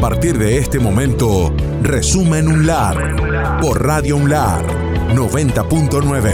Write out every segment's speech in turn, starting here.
partir de este momento, Resumen UNLAR por Radio UNLAR 90.9.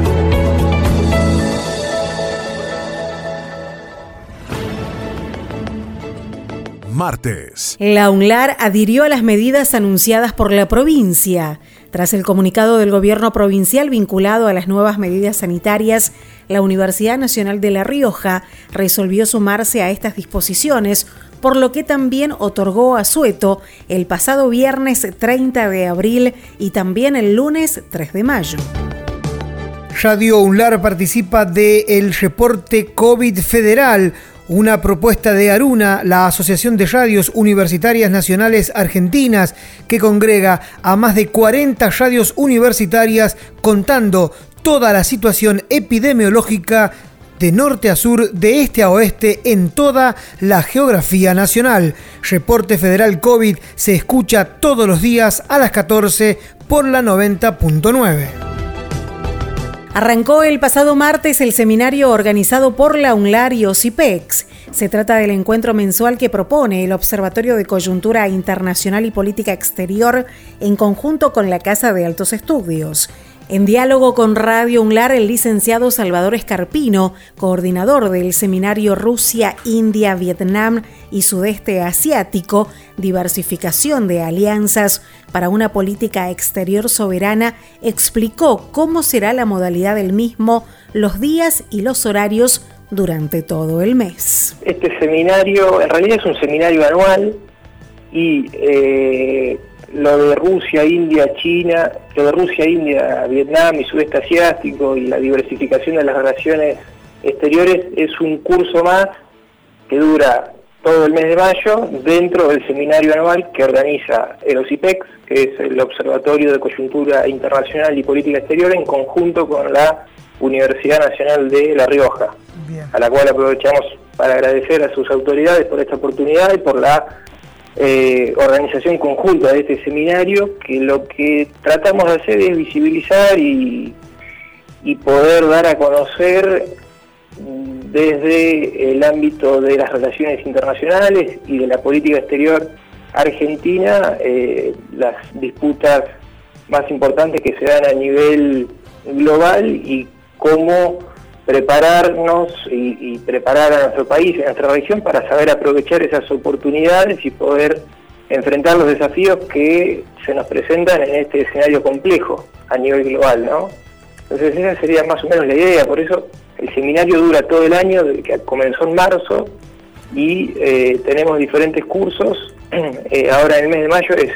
Martes. La UNLAR adhirió a las medidas anunciadas por la provincia. Tras el comunicado del gobierno provincial vinculado a las nuevas medidas sanitarias, la Universidad Nacional de La Rioja resolvió sumarse a estas disposiciones, por lo que también otorgó asueto el pasado viernes 30 de abril y también el lunes 3 de mayo. Radio UNLAR participa del reporte COVID federal, una propuesta de Aruna, la Asociación de Radios Universitarias Nacionales Argentinas, que congrega a más de 40 radios universitarias contando toda la situación epidemiológica de norte a sur, de este a oeste, en toda la geografía nacional. Reporte Federal COVID se escucha todos los días a las 14 por la 90.9. Arrancó el pasado martes el seminario organizado por la UNLAR y OSIPEX. Se trata del encuentro mensual que propone el Observatorio de Coyuntura Internacional y Política Exterior en conjunto con la Casa de Altos Estudios. En diálogo con Radio UNLAR, el licenciado Salvador Escarpino, coordinador del seminario Rusia, India, Vietnam y Sudeste Asiático, diversificación de alianzas para una política exterior soberana, explicó cómo será la modalidad del mismo, los días y los horarios durante todo el mes. Este seminario en realidad es un seminario anual y lo de Rusia, India, China, lo de Rusia, India, Vietnam y Sudeste Asiático y la diversificación de las relaciones exteriores es un curso más que dura todo el mes de mayo dentro del seminario anual que organiza el OSIPEX, que es el Observatorio de Coyuntura Internacional y Política Exterior, en conjunto con la Universidad Nacional de La Rioja. Bien. A la cual aprovechamos para agradecer a sus autoridades por esta oportunidad y por la organización conjunta de este seminario, que lo que tratamos de hacer es visibilizar y poder dar a conocer desde el ámbito de las relaciones internacionales y de la política exterior argentina las disputas más importantes que se dan a nivel global y cómo prepararnos y preparar a nuestro país, a nuestra región, para saber aprovechar esas oportunidades y poder enfrentar los desafíos que se nos presentan en este escenario complejo a nivel global, ¿no? Entonces esa sería más o menos la idea, por eso el seminario dura todo el año, desde que comenzó en marzo, y tenemos diferentes cursos. Ahora en el mes de mayo es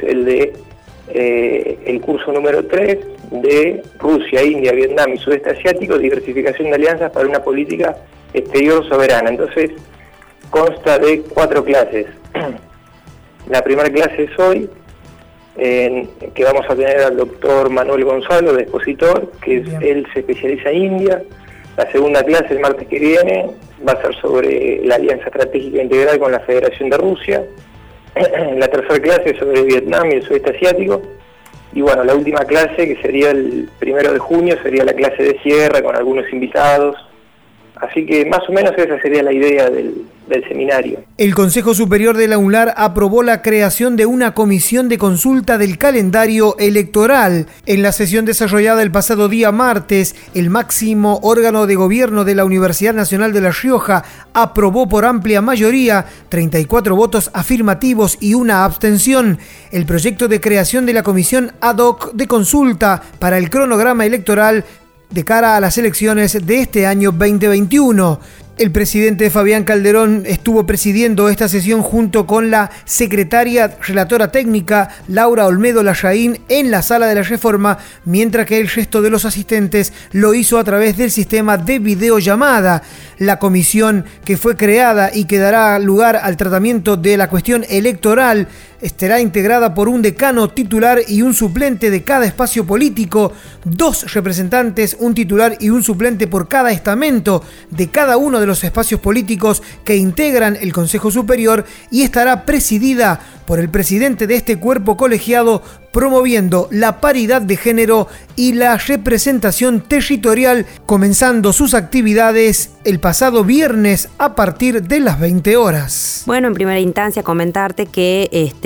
el curso número 3 de Rusia, India, Vietnam y Sudeste Asiático, diversificación de alianzas para una política exterior soberana. Entonces consta de 4 clases. La primera clase es hoy, que vamos a tener al doctor Manuel Gonzalo, de expositor, que él se especializa en India. La segunda clase, el martes que viene, va a ser sobre la alianza estratégica integral con la Federación de Rusia. La tercera clase sobre Vietnam y el Sudeste Asiático. Y bueno, la última clase, que sería el 1 de junio, sería la clase de cierre con algunos invitados. Así que más o menos esa sería la idea del seminario. El Consejo Superior de la UNLAR aprobó la creación de una comisión de consulta del calendario electoral. En la sesión desarrollada el pasado día martes, el máximo órgano de gobierno de la Universidad Nacional de La Rioja aprobó por amplia mayoría, 34 votos afirmativos y una abstención, el proyecto de creación de la comisión ad hoc de consulta para el cronograma electoral de cara a las elecciones de este año 2021. El presidente Fabián Calderón estuvo presidiendo esta sesión junto con la secretaria relatora técnica Laura Olmedo Larraín en la sala de la Reforma, mientras que el resto de los asistentes lo hizo a través del sistema de videollamada. La comisión que fue creada y que dará lugar al tratamiento de la cuestión electoral estará integrada por un decano titular y un suplente de cada espacio político, 2 representantes, un titular y un suplente por cada estamento de cada uno de los espacios políticos que integran el Consejo Superior, y estará presidida por el presidente de este cuerpo colegiado, promoviendo la paridad de género y la representación territorial, comenzando sus actividades el pasado viernes a partir de las 20 horas. Bueno, en primera instancia comentarte que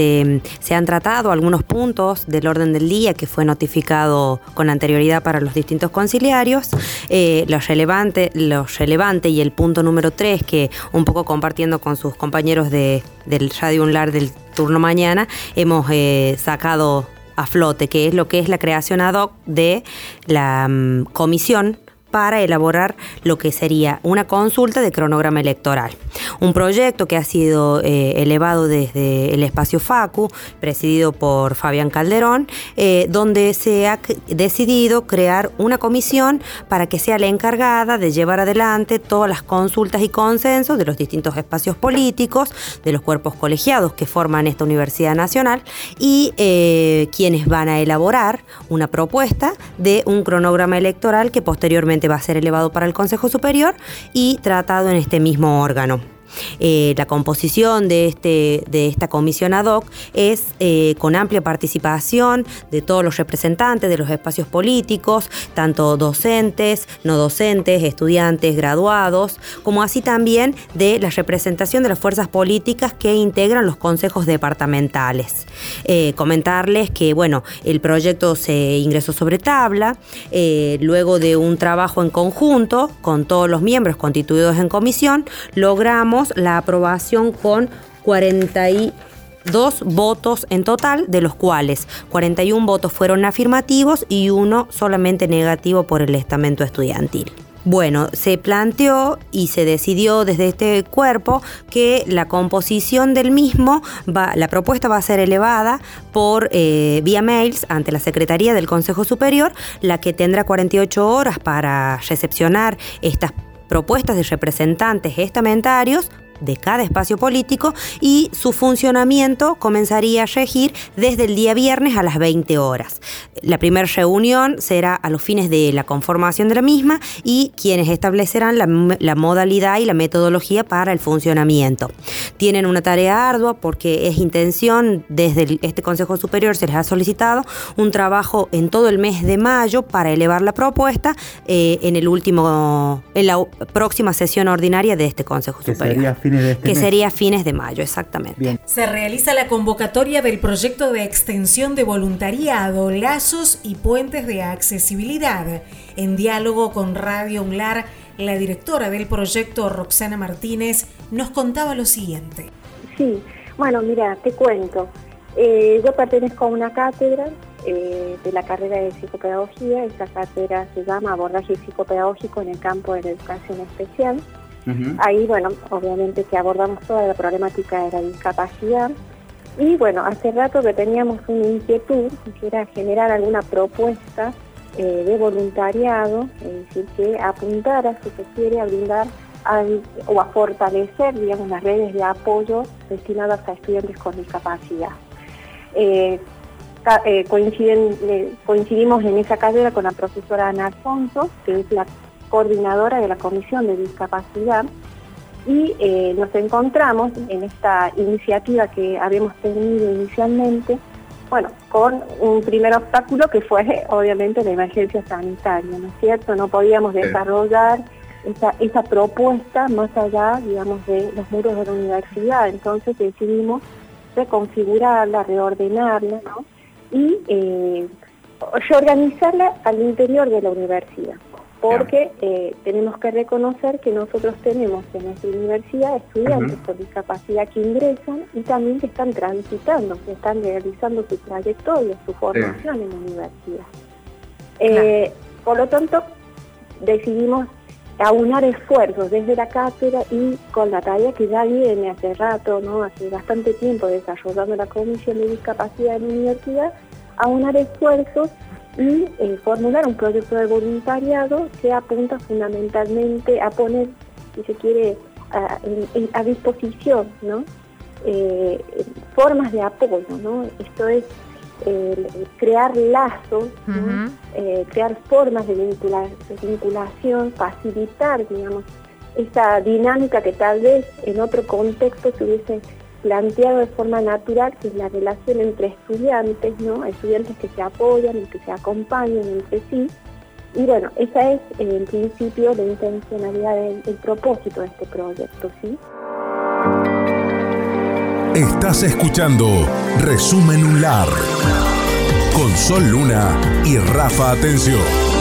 donde se han tratado algunos puntos del orden del día que fue notificado con anterioridad para los distintos conciliarios. Lo relevante y el punto número 3, que un poco compartiendo con sus compañeros del Radio UNLAR del turno mañana, hemos sacado a flote, que es la creación ad hoc de la comisión para elaborar lo que sería una consulta de cronograma electoral. Un proyecto que ha sido elevado desde el espacio Facu, presidido por Fabián Calderón, donde se ha decidido crear una comisión para que sea la encargada de llevar adelante todas las consultas y consensos de los distintos espacios políticos, de los cuerpos colegiados que forman esta Universidad Nacional y quienes van a elaborar una propuesta de un cronograma electoral que posteriormente va a ser elevado para el Consejo Superior y tratado en este mismo órgano. La composición de esta comisión ad hoc es con amplia participación de todos los representantes de los espacios políticos, tanto docentes, no docentes, estudiantes, graduados, como así también de la representación de las fuerzas políticas que integran los consejos departamentales. Comentarles que, bueno, el proyecto se ingresó sobre tabla, luego de un trabajo en conjunto con todos los miembros constituidos en comisión, logramos la aprobación con 42 votos en total, de los cuales 41 votos fueron afirmativos y 1 solamente negativo por el estamento estudiantil. Bueno, se planteó y se decidió desde este cuerpo que la composición del mismo, la propuesta va a ser elevada por vía mails ante la Secretaría del Consejo Superior, la que tendrá 48 horas para recepcionar estas propuestas de representantes estamentarios de cada espacio político, y su funcionamiento comenzaría a regir desde el día viernes a las 20 horas. La primera reunión será a los fines de la conformación de la misma y quienes establecerán la modalidad y la metodología para el funcionamiento. Tienen una tarea ardua porque es intención, desde este Consejo Superior se les ha solicitado un trabajo en todo el mes de mayo para elevar la propuesta en la próxima sesión ordinaria de este Consejo Superior. Sería fines de mayo, exactamente. Bien. Se realiza la convocatoria del proyecto de extensión de voluntariado, lazos y puentes de accesibilidad. En diálogo con Radio UNLAR, la directora del proyecto, Roxana Martínez, nos contaba lo siguiente. Sí, bueno, mira, te cuento. Yo pertenezco a una cátedra de la carrera de psicopedagogía. Esta cátedra se llama Abordaje Psicopedagógico en el campo de la educación especial. Ahí, bueno, obviamente que abordamos toda la problemática de la discapacidad y, bueno, hace rato que teníamos una inquietud, que era generar alguna propuesta de voluntariado, es decir, que apuntara, si se quiere, a brindar o a fortalecer, digamos, las redes de apoyo destinadas a estudiantes con discapacidad. Coincidimos en esa carrera con la profesora Ana Alfonso, que es la coordinadora de la Comisión de Discapacidad, y nos encontramos en esta iniciativa que habíamos tenido inicialmente, bueno, con un primer obstáculo que fue obviamente la emergencia sanitaria, ¿no es cierto? No podíamos desarrollar esa propuesta más allá, digamos, de los muros de la universidad. Entonces decidimos reconfigurarla, reordenarla, ¿no? Y reorganizarla al interior de la universidad. Porque tenemos que reconocer que nosotros tenemos en nuestra universidad estudiantes con discapacidad que ingresan y también que están transitando, que están realizando su trayectoria, su formación en la universidad. Por lo tanto, decidimos aunar esfuerzos desde la cátedra y con la tarea que ya viene hace rato, ¿no? Hace bastante tiempo desarrollando la Comisión de Discapacidad en la universidad, aunar esfuerzos y formular un proyecto de voluntariado que apunta fundamentalmente a poner, si se quiere, a disposición, ¿no? Formas de apoyo, ¿no? Esto es crear lazos, ¿no? Crear formas de vinculación, facilitar, digamos, esa dinámica que tal vez en otro contexto se hubiese planteado de forma natural, que es la relación entre estudiantes, ¿no? Estudiantes que se apoyan y que se acompañan entre sí. Y bueno, esa es en principio la intencionalidad, el propósito de este proyecto, ¿sí? Estás escuchando Resumen UNLAR con Sol Luna y Rafa Atencio.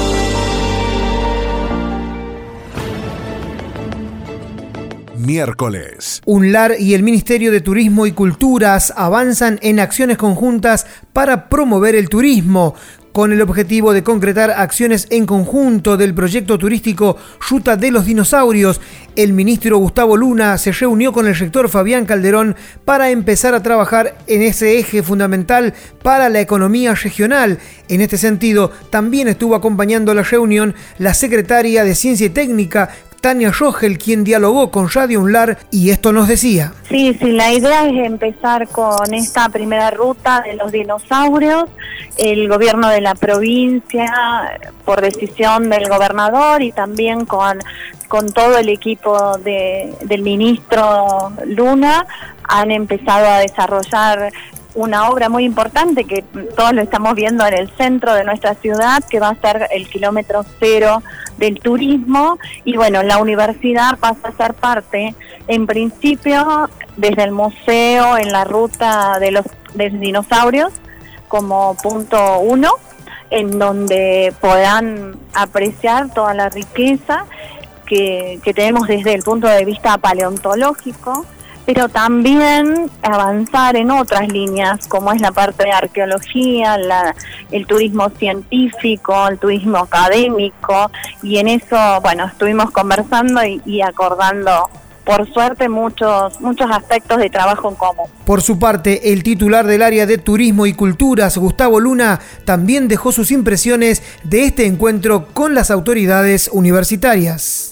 Miércoles. UNLAR y el Ministerio de Turismo y Culturas avanzan en acciones conjuntas para promover el turismo, con el objetivo de concretar acciones en conjunto del proyecto turístico Ruta de los Dinosaurios. El ministro Gustavo Luna se reunió con el rector Fabián Calderón para empezar a trabajar en ese eje fundamental para la economía regional. En este sentido, también estuvo acompañando la reunión la secretaria de Ciencia y Técnica, Tania Rogel, quien dialogó con Radio UNLAR, y esto nos decía. Sí, la idea es empezar con esta primera ruta de los dinosaurios. El gobierno de la provincia, por decisión del gobernador y también con todo el equipo del ministro Luna, han empezado a desarrollar una obra muy importante que todos lo estamos viendo en el centro de nuestra ciudad, que va a ser el kilómetro cero del turismo. Y bueno, la universidad pasa a ser parte, en principio, desde el museo en la ruta de los dinosaurios, como punto 1, en donde podrán apreciar toda la riqueza que tenemos desde el punto de vista paleontológico, pero también avanzar en otras líneas, como es la parte de arqueología, el turismo científico, el turismo académico, y en eso, bueno, estuvimos conversando y acordando, por suerte, muchos aspectos de trabajo en común. Por su parte, el titular del área de Turismo y Culturas, Gustavo Luna, también dejó sus impresiones de este encuentro con las autoridades universitarias.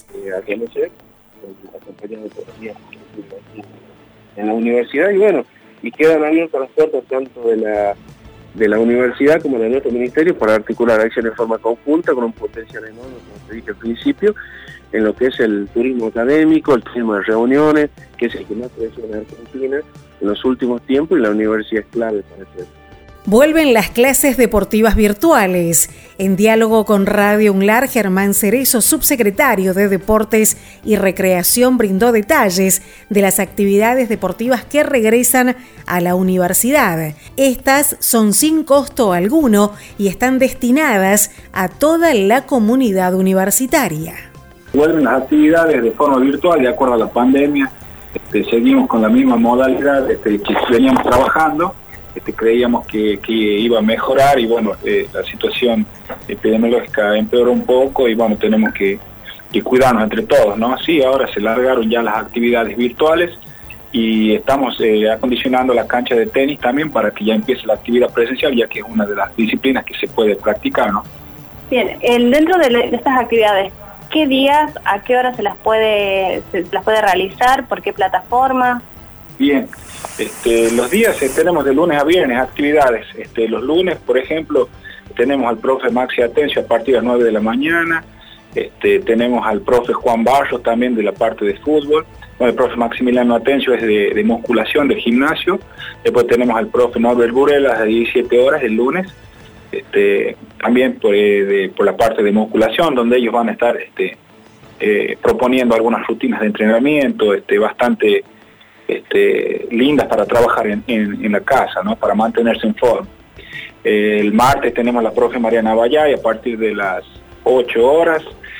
En la universidad, y bueno, y quedan abiertas las puertas tanto de la universidad como de nuestro ministerio para articular acciones de forma conjunta con un potencial enorme, como te dije al principio, en lo que es el turismo académico, el turismo de reuniones, que es el que más crece en Argentina en los últimos tiempos, y la universidad es clave para eso. Vuelven las clases deportivas virtuales. En diálogo con Radio UNLAR, Germán Cerezo, subsecretario de Deportes y Recreación, brindó detalles de las actividades deportivas que regresan a la universidad. Estas son sin costo alguno y están destinadas a toda la comunidad universitaria. Vuelven las actividades de forma virtual de acuerdo a la pandemia. Seguimos con la misma modalidad que veníamos trabajando. Creíamos que iba a mejorar y bueno, la situación epidemiológica empeoró un poco y bueno, tenemos que cuidarnos entre todos, ¿no? Sí, ahora se largaron ya las actividades virtuales y estamos acondicionando la cancha de tenis también para que ya empiece la actividad presencial, ya que es una de las disciplinas que se puede practicar, ¿no? Bien, dentro de estas actividades, ¿qué días, a qué hora se las puede realizar? ¿Por qué plataforma? Bien, los días tenemos de lunes a viernes actividades. Los lunes, por ejemplo, tenemos al profe Maxi Atencio a partir de las 9 de la mañana. Tenemos al profe Juan Barros también de la parte de fútbol. Bueno, el profe Maximiliano Atencio es de musculación, de gimnasio. Después tenemos al profe Norbert Burel a las 17 horas el lunes. También por la parte de musculación, donde ellos van a estar proponiendo algunas rutinas de entrenamiento bastante lindas para trabajar en la casa, ¿no? Para mantenerse en forma. El martes tenemos a la profe Mariana Bayay a partir de las 8 horas,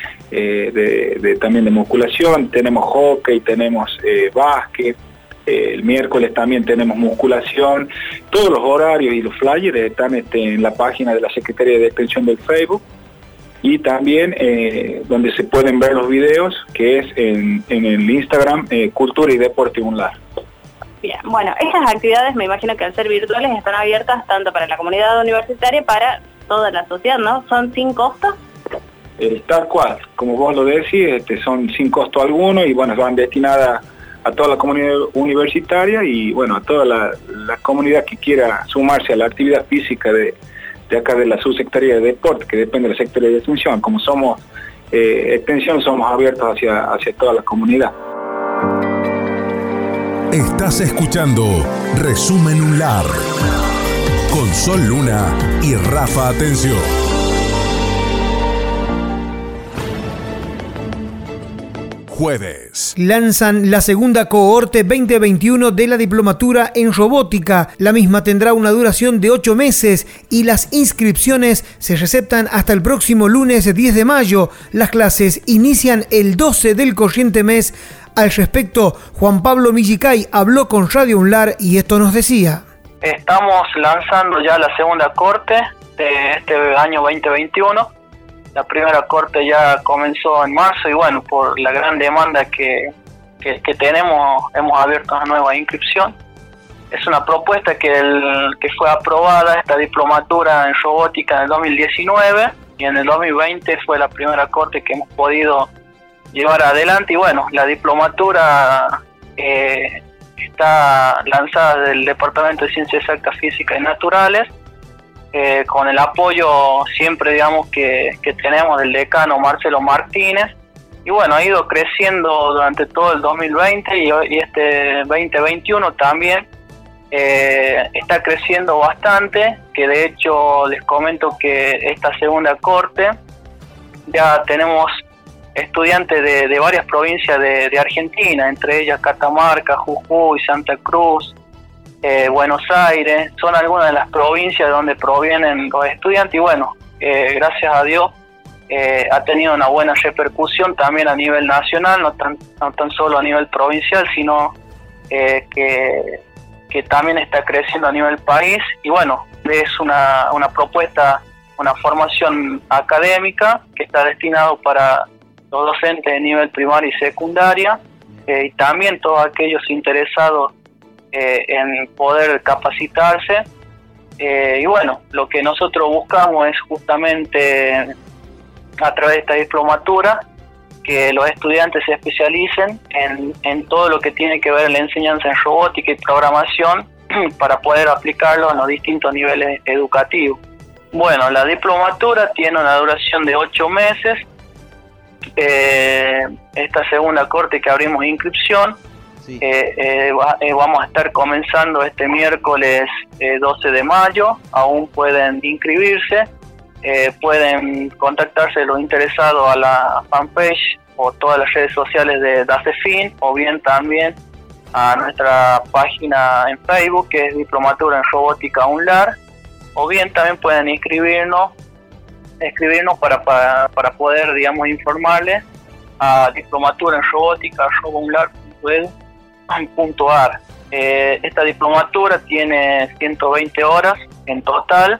también de musculación. Tenemos hockey, tenemos básquet. El miércoles también tenemos musculación. Todos los horarios y los flyers están en la página de la Secretaría de Extensión del Facebook, y también donde se pueden ver los videos, que es en el Instagram Cultura y Deporte UNLAR. Bien, bueno, estas actividades me imagino que al ser virtuales están abiertas tanto para la comunidad universitaria para toda la sociedad, ¿no? ¿Son sin costo? Tal cual, como vos lo decís, son sin costo alguno y bueno, van destinadas a toda la comunidad universitaria y bueno, a toda la comunidad que quiera sumarse a la actividad física de acá de la subsecretaría de deporte, que depende de la secretaría de extensión. Como somos extensión, somos abiertos hacia toda la comunidad. Estás escuchando Resumen UNLAR con Sol Luna y Rafa jueves. Lanzan la segunda cohorte 2021 de la diplomatura en robótica. La misma tendrá una duración de 8 meses y las inscripciones se receptan hasta el próximo lunes 10 de mayo. Las clases inician el 12 del corriente mes. Al respecto, Juan Pablo Millicay habló con Radio UNLAR y esto nos decía. Estamos lanzando ya la segunda corte de este año 2021. La primera corte ya comenzó en marzo y bueno, por la gran demanda que tenemos, hemos abierto una nueva inscripción. Es una propuesta que fue aprobada, esta diplomatura en robótica en el 2019 y en el 2020 fue la primera corte que hemos podido llevar adelante. Y bueno, la diplomatura está lanzada del Departamento de Ciencias Exactas, Físicas y Naturales, con el apoyo siempre, digamos, que tenemos del decano Marcelo Martínez. Y bueno, ha ido creciendo durante todo el 2020 y este 2021 también está creciendo bastante, que de hecho les comento que esta segunda corte ya tenemos estudiantes de varias provincias de Argentina, entre ellas Catamarca, Jujuy, Santa Cruz, Buenos Aires, son algunas de las provincias de donde provienen los estudiantes y bueno, gracias a Dios ha tenido una buena repercusión también a nivel nacional, no tan solo a nivel provincial, sino que también está creciendo a nivel país y bueno, es una propuesta, una formación académica que está destinado para los docentes de nivel primaria y secundaria y también todos aquellos interesados en poder capacitarse y bueno, lo que nosotros buscamos es justamente a través de esta diplomatura que los estudiantes se especialicen en todo lo que tiene que ver en la enseñanza en robótica y programación para poder aplicarlo en los distintos niveles educativos. Bueno, la diplomatura tiene una duración de 8 meses. Esta segunda corte que abrimos inscripción, sí. Vamos a estar comenzando este miércoles 12 de mayo, aún pueden inscribirse, pueden contactarse los interesados a la fanpage o todas las redes sociales de DACEFIN o bien también a nuestra página en Facebook que es Diplomatura en Robótica UNLAR o bien también pueden escribirnos para poder, digamos, informarles a diplomatura en robótica @unlar.edu.ar. Esta diplomatura tiene 120 horas en total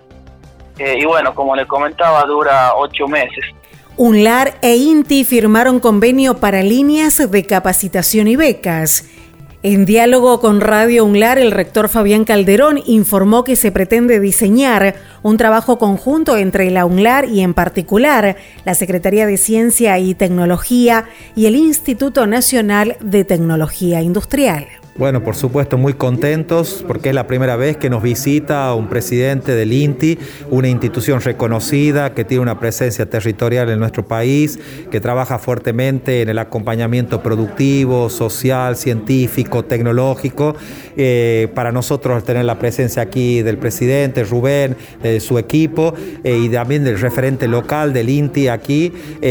y bueno, como les comentaba, dura 8 meses. UNLAR e INTI firmaron convenio para líneas de capacitación y becas. En diálogo con Radio UNLAR, el rector Fabián Calderón informó que se pretende diseñar un trabajo conjunto entre la UNLAR y en particular la Secretaría de Ciencia y Tecnología y el Instituto Nacional de Tecnología Industrial. Bueno, por supuesto, muy contentos porque es la primera vez que nos visita un presidente del INTI, una institución reconocida que tiene una presencia territorial en nuestro país, que trabaja fuertemente en el acompañamiento productivo, social, científico, tecnológico. Para nosotros tener la presencia aquí del presidente Rubén, de su equipo y también del referente local del INTI aquí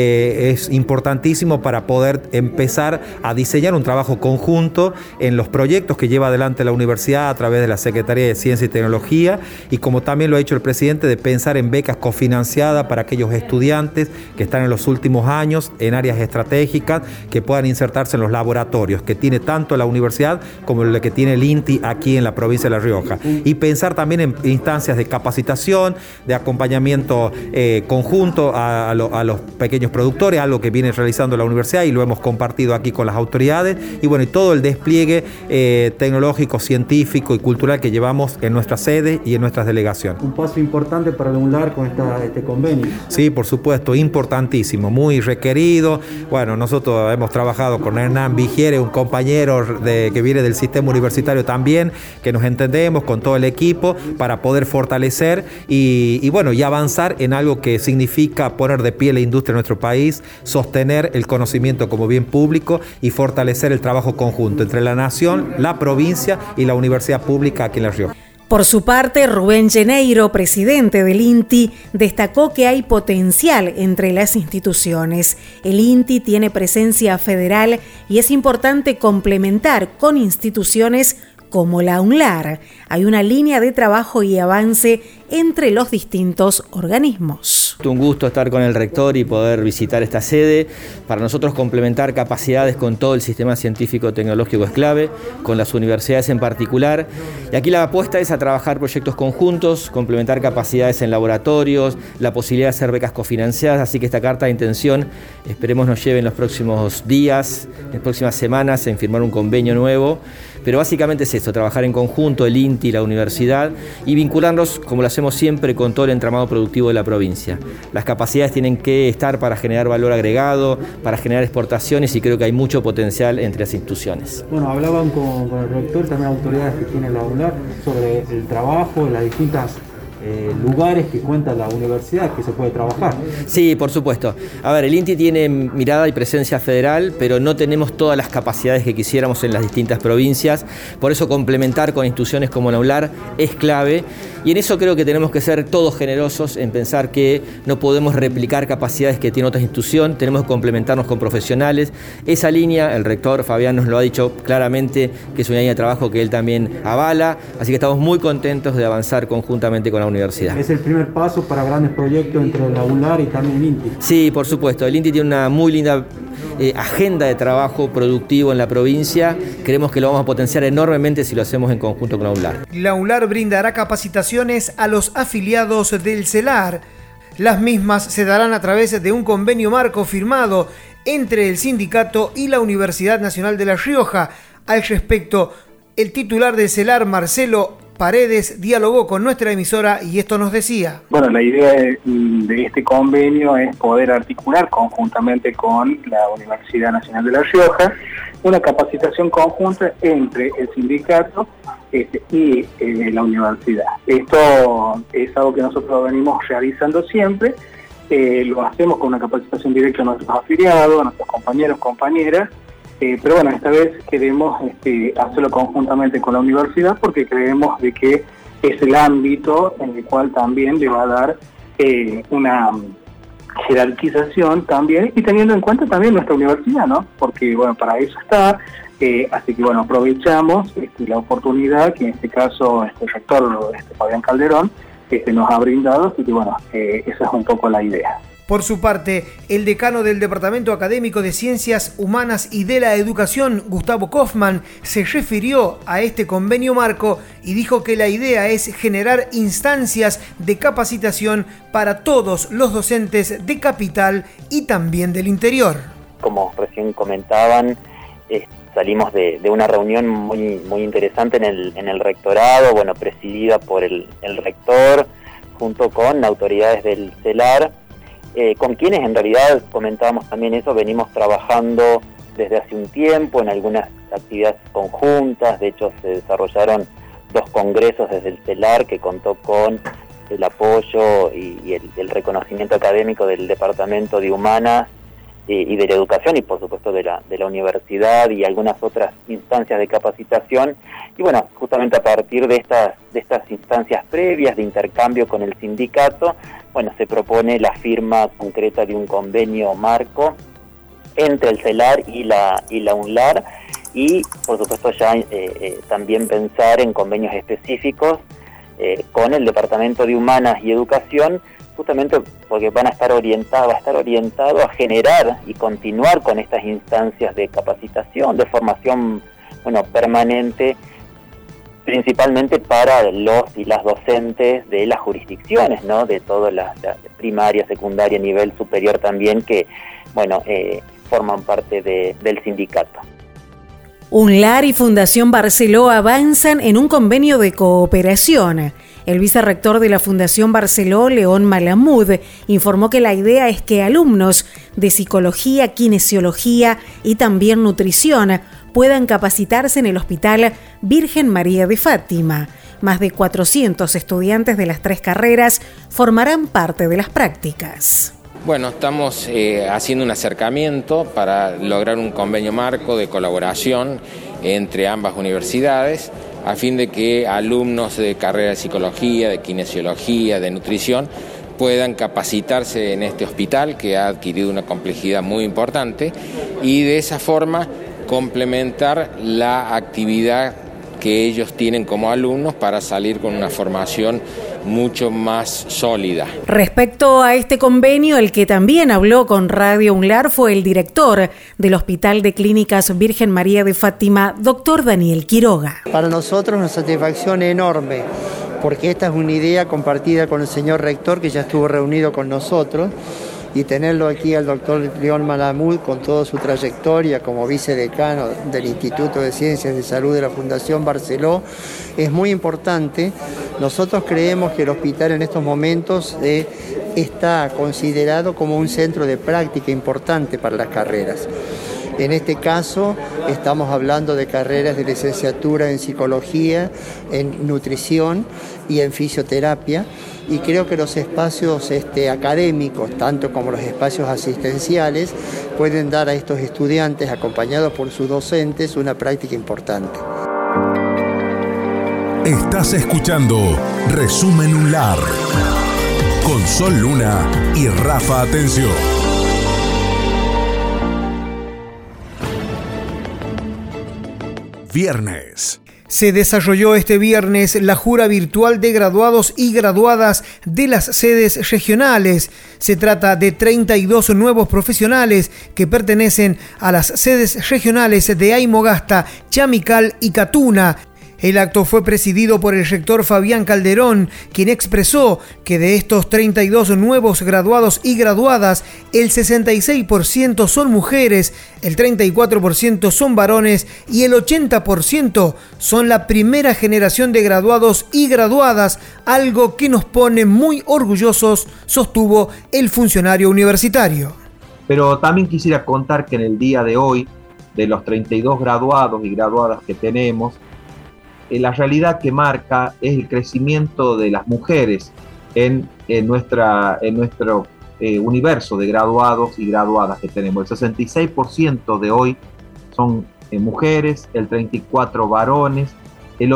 es importantísimo para poder empezar a diseñar un trabajo conjunto en los proyectos que lleva adelante la universidad a través de la Secretaría de Ciencia y Tecnología y como también lo ha hecho el presidente de pensar en becas cofinanciadas para aquellos estudiantes que están en los últimos años en áreas estratégicas que puedan insertarse en los laboratorios que tiene tanto la universidad como el que tiene el INTI aquí en la provincia de La Rioja y pensar también en instancias de capacitación, de acompañamiento conjunto a los pequeños productores, algo que viene realizando la universidad y lo hemos compartido aquí con las autoridades y bueno, y todo el despliegue tecnológico, científico y cultural que llevamos en nuestra sede y en nuestras delegaciones. Un paso importante para la UNLAR con este convenio. Sí, por supuesto, importantísimo, muy requerido. Bueno, nosotros hemos trabajado con Hernán Vigiere, un compañero que viene del sistema universitario también, que nos entendemos con todo el equipo para poder fortalecer y bueno, y avanzar en algo que significa poner de pie la industria en nuestro país, sostener el conocimiento como bien público y fortalecer el trabajo conjunto entre la nación, la provincia y la universidad pública aquí en La Rioja. Por su parte, Rubén Lleneiro, presidente del INTI, destacó que hay potencial entre las instituciones. El INTI tiene presencia federal y es importante complementar con instituciones como la UNLAR. Hay una línea de trabajo y avance entre los distintos organismos. Un gusto estar con el rector y poder visitar esta sede. Para nosotros complementar capacidades con todo el sistema científico-tecnológico es clave, con las universidades en particular. Y aquí la apuesta es a trabajar proyectos conjuntos, complementar capacidades en laboratorios, la posibilidad de hacer becas cofinanciadas, así que esta carta de intención esperemos nos lleve en los próximos días, en las próximas semanas, en firmar un convenio nuevo. Pero básicamente es esto, trabajar en conjunto el INTI y la universidad y vincularnos, como lo hacemos siempre, con todo el entramado productivo de la provincia. Las capacidades tienen que estar para generar valor agregado, para generar exportaciones y creo que hay mucho potencial entre las instituciones. Bueno, hablaban con el rector y también autoridades que tiene la UNLAR sobre el trabajo, las distintas lugares que cuenta la universidad que se puede trabajar. Sí, por supuesto. A ver, el INTI tiene mirada y presencia federal, pero no tenemos todas las capacidades que quisiéramos en las distintas provincias. Por eso complementar con instituciones como la UNLAR es clave. Y en eso creo que tenemos que ser todos generosos en pensar que no podemos replicar capacidades que tiene otra institución, tenemos que complementarnos con profesionales. Esa línea, el rector Fabián nos lo ha dicho claramente, que es una línea de trabajo que él también avala, así que estamos muy contentos de avanzar conjuntamente con la universidad. Es el primer paso para grandes proyectos entre la UNLAR y también el INTI. Sí, por supuesto, el INTI tiene una muy linda agenda de trabajo productivo en la provincia. Creemos que lo vamos a potenciar enormemente si lo hacemos en conjunto con la UNLAR. La UNLAR brindará capacitaciones a los afiliados del CELAR. Las mismas se darán a través de un convenio marco firmado entre el sindicato y la Universidad Nacional de La Rioja. Al respecto, el titular del CELAR, Marcelo Paredes, dialogó con nuestra emisora y esto nos decía. Bueno, la idea de este convenio es poder articular conjuntamente con la Universidad Nacional de La Rioja una capacitación conjunta entre el sindicato y la universidad. Esto es algo que nosotros venimos realizando siempre, lo hacemos con una capacitación directa a nuestros afiliados, a nuestros compañeros, compañeras, pero bueno, esta vez queremos hacerlo conjuntamente con la universidad porque creemos de que es el ámbito en el cual también le va a dar una jerarquización también y teniendo en cuenta también nuestra universidad, ¿no? Porque bueno, para eso está, así que bueno, aprovechamos la oportunidad que en este caso el rector Fabián Calderón nos ha brindado, así que bueno, esa es un poco la idea. Por su parte, el decano del Departamento Académico de Ciencias Humanas y de la Educación, Gustavo Kaufmann, se refirió a este convenio marco y dijo que la idea es generar instancias de capacitación para todos los docentes de Capital y también del interior. Como recién comentaban, salimos de una reunión muy interesante en el rectorado, bueno, presidida por el rector, junto con autoridades del CELAR, con quienes en realidad, comentábamos también eso, venimos trabajando desde hace un tiempo en algunas actividades conjuntas. De hecho se desarrollaron 2 congresos desde el CELAR que contó con el apoyo y el reconocimiento académico del Departamento de Humanas y de la Educación y por supuesto de la universidad y algunas otras instancias de capacitación. Y bueno, justamente a partir de estas instancias previas de intercambio con el sindicato, bueno, se propone la firma concreta de un convenio marco entre el CELAR y la UNLAR y por supuesto ya también pensar en convenios específicos con el Departamento de Humanas y Educación, justamente porque va a estar orientado a generar y continuar con estas instancias de capacitación, de formación, bueno, permanente, principalmente para los y las docentes de las jurisdicciones, ¿no? De toda la primaria, secundaria, nivel superior también, que, bueno, forman parte del sindicato. UNLAR y Fundación Barceló avanzan en un convenio de cooperación. El vicerrector de la Fundación Barceló, León Malamud, informó que la idea es que alumnos de psicología, kinesiología y también nutrición puedan capacitarse en el Hospital Virgen María de Fátima. Más de 400 estudiantes de las 3 carreras formarán parte de las prácticas. Bueno, estamos haciendo un acercamiento para lograr un convenio marco de colaboración entre ambas universidades. a fin de que alumnos de carrera de psicología, de kinesiología, de nutrición, puedan capacitarse en este hospital que ha adquirido una complejidad muy importante y de esa forma complementar la actividad que ellos tienen como alumnos para salir con una formación mucho más sólida. Respecto a este convenio, el que también habló con Radio UNLAR fue el director del Hospital de Clínicas Virgen María de Fátima, doctor Daniel Quiroga. Para nosotros una satisfacción enorme, porque esta es una idea compartida con el señor rector, que ya estuvo reunido con nosotros, y tenerlo aquí al doctor León Malamud con toda su trayectoria como vicedecano del Instituto de Ciencias de Salud de la Fundación Barceló es muy importante. Nosotros creemos que el hospital en estos momentos está considerado como un centro de práctica importante para las carreras. En este caso estamos hablando de carreras de licenciatura en psicología, en nutrición y en fisioterapia, y creo que los espacios académicos, tanto como los espacios asistenciales, pueden dar a estos estudiantes, acompañados por sus docentes, una práctica importante. Estás escuchando Resumen UNLAR con Sol Luna y Rafa Atencio. Viernes. Se desarrolló este viernes la jura virtual de graduados y graduadas de las sedes regionales. Se trata de 32 nuevos profesionales que pertenecen a las sedes regionales de Aymogasta, Chamical y Catuna. El acto fue presidido por el rector Fabián Calderón, quien expresó que de estos 32 nuevos graduados y graduadas, el 66% son mujeres, el 34% son varones y el 80% son la primera generación de graduados y graduadas, algo que nos pone muy orgullosos, sostuvo el funcionario universitario. Pero también quisiera contar que en el día de hoy, de los 32 graduados y graduadas que tenemos, la realidad que marca es el crecimiento de las mujeres en nuestro universo de graduados y graduadas que tenemos. El 66% de hoy son mujeres, el 34% varones, el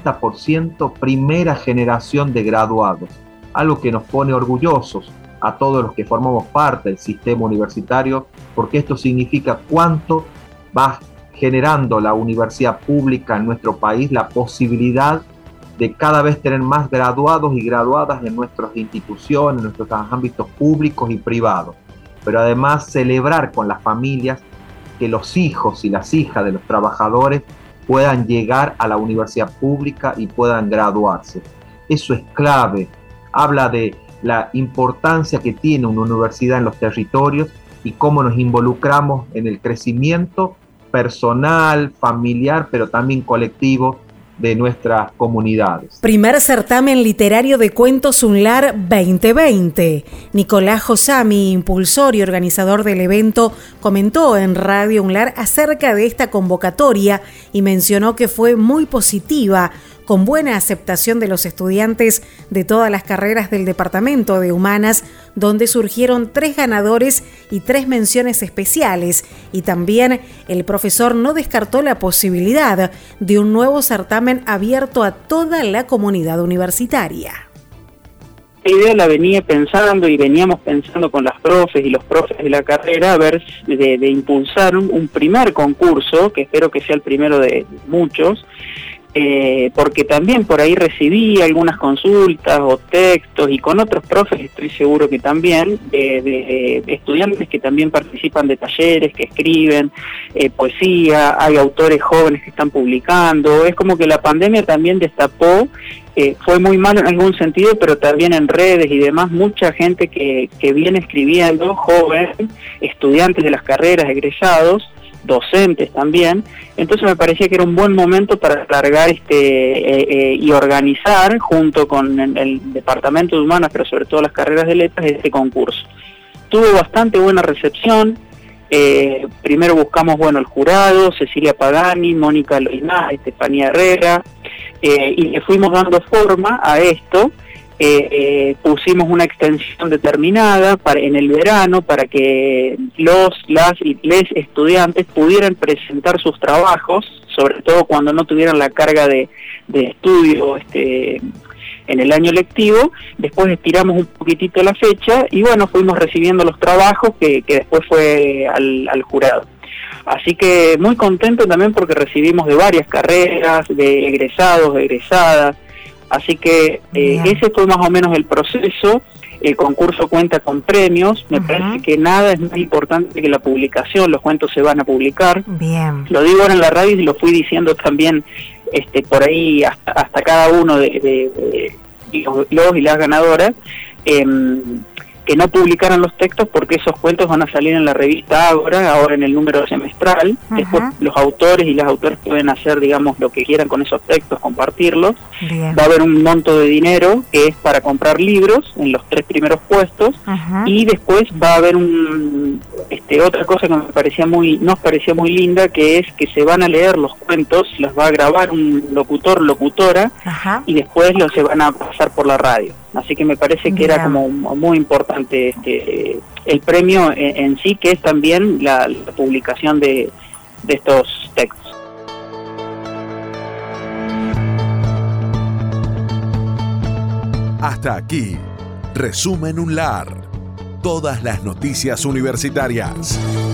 80% primera generación de graduados, algo que nos pone orgullosos a todos los que formamos parte del sistema universitario, porque esto significa cuánto va generando la universidad pública en nuestro país la posibilidad de cada vez tener más graduados y graduadas en nuestras instituciones, en nuestros ámbitos públicos y privados. Pero además celebrar con las familias que los hijos y las hijas de los trabajadores puedan llegar a la universidad pública y puedan graduarse. Eso es clave. Habla de la importancia que tiene una universidad en los territorios y cómo nos involucramos en el crecimiento personal, familiar, pero también colectivo de nuestras comunidades. Primer certamen literario de cuentos UNLAR 2020. Nicolás Josami, impulsor y organizador del evento, comentó en Radio UNLAR acerca de esta convocatoria y mencionó que fue muy positiva, con buena aceptación de los estudiantes de todas las carreras del Departamento de Humanas, donde surgieron 3 ganadores y 3 menciones especiales, y también el profesor no descartó la posibilidad de un nuevo certamen abierto a toda la comunidad universitaria. La idea la venía pensando y veníamos pensando con las profes y los profes de la carrera, a ver de impulsar un primer concurso, que espero que sea el primero de muchos, porque también por ahí recibí algunas consultas o textos, y con otros profes estoy seguro que también, de estudiantes que también participan de talleres, que escriben poesía, hay autores jóvenes que están publicando. Es como que la pandemia también destapó, fue muy malo en algún sentido, pero también en redes y demás, mucha gente que viene escribiendo, jóvenes, estudiantes de las carreras, egresados, docentes también. Entonces me parecía que era un buen momento para alargar y organizar junto con el Departamento de Humanas, pero sobre todo las carreras de letras, este concurso. Tuvo bastante buena recepción. Primero buscamos el jurado, Cecilia Pagani, Mónica Loiná, Estefanía Herrera, y le fuimos dando forma a esto. pusimos una extensión determinada en el verano para que las estudiantes pudieran presentar sus trabajos, sobre todo cuando no tuvieran la carga de estudio en el año lectivo. Después estiramos un poquitito la fecha y bueno, fuimos recibiendo los trabajos que después fue al jurado. Así que muy contento también porque recibimos de varias carreras, de egresados, de egresadas. Así que ese fue más o menos el proceso. El concurso cuenta con premios. Me parece que nada es más importante que la publicación. Los cuentos se van a publicar. Bien. Lo digo ahora en la radio y lo fui diciendo también por ahí hasta cada uno de los y las ganadoras, que no publicaran los textos porque esos cuentos van a salir en la revista ahora en el número semestral. Después los autores y las autoras pueden hacer, digamos, lo que quieran con esos textos, compartirlos. Bien. Va a haber un monto de dinero que es para comprar libros en los 3 primeros puestos, y después va a haber otra cosa que nos parecía muy linda, que es que se van a leer los cuentos, los va a grabar un locutora, y después se van a pasar por la radio. Así que me parece que era como muy importante el premio en sí, que es también la publicación de estos textos. Hasta aquí, Resumen UNLAR. Todas las noticias universitarias.